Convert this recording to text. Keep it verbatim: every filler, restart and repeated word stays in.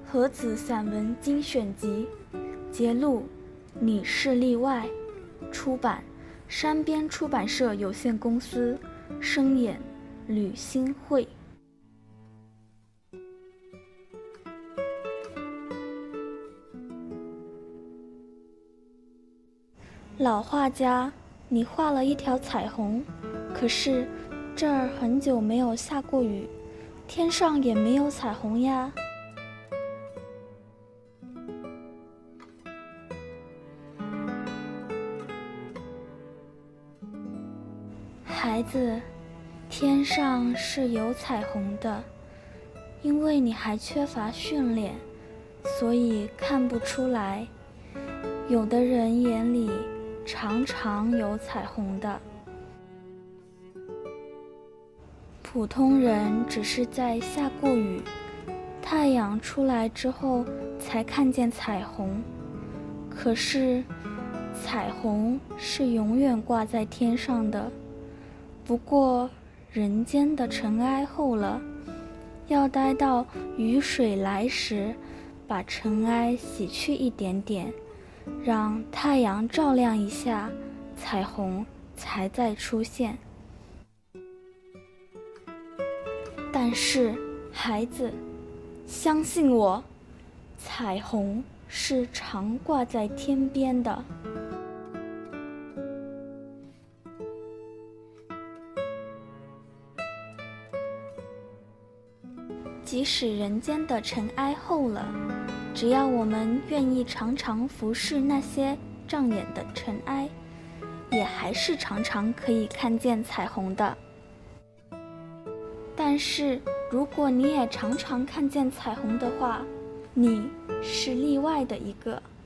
何子散文精选集，节录，你是例外。出版：山边出版社有限公司。声演：吕新慧。老画家，你画了一条彩虹，可是这儿很久没有下过雨，天上也没有彩虹呀。孩子，天上是有彩虹的，因为你还缺乏训练，所以看不出来。有的人眼里常常有彩虹的。普通人只是在下过雨，太阳出来之后才看见彩虹。可是，彩虹是永远挂在天上的。不过，人间的尘埃厚了，要待到雨水来时，把尘埃洗去一点点，让太阳照亮一下，彩虹才再出现。但是，孩子，相信我，彩虹是常挂在天边的。即使人间的尘埃厚了，只要我们愿意常常服侍那些障眼的尘埃，也还是常常可以看见彩虹的。但是如果你也常常看见彩虹的话，你是例外的一个。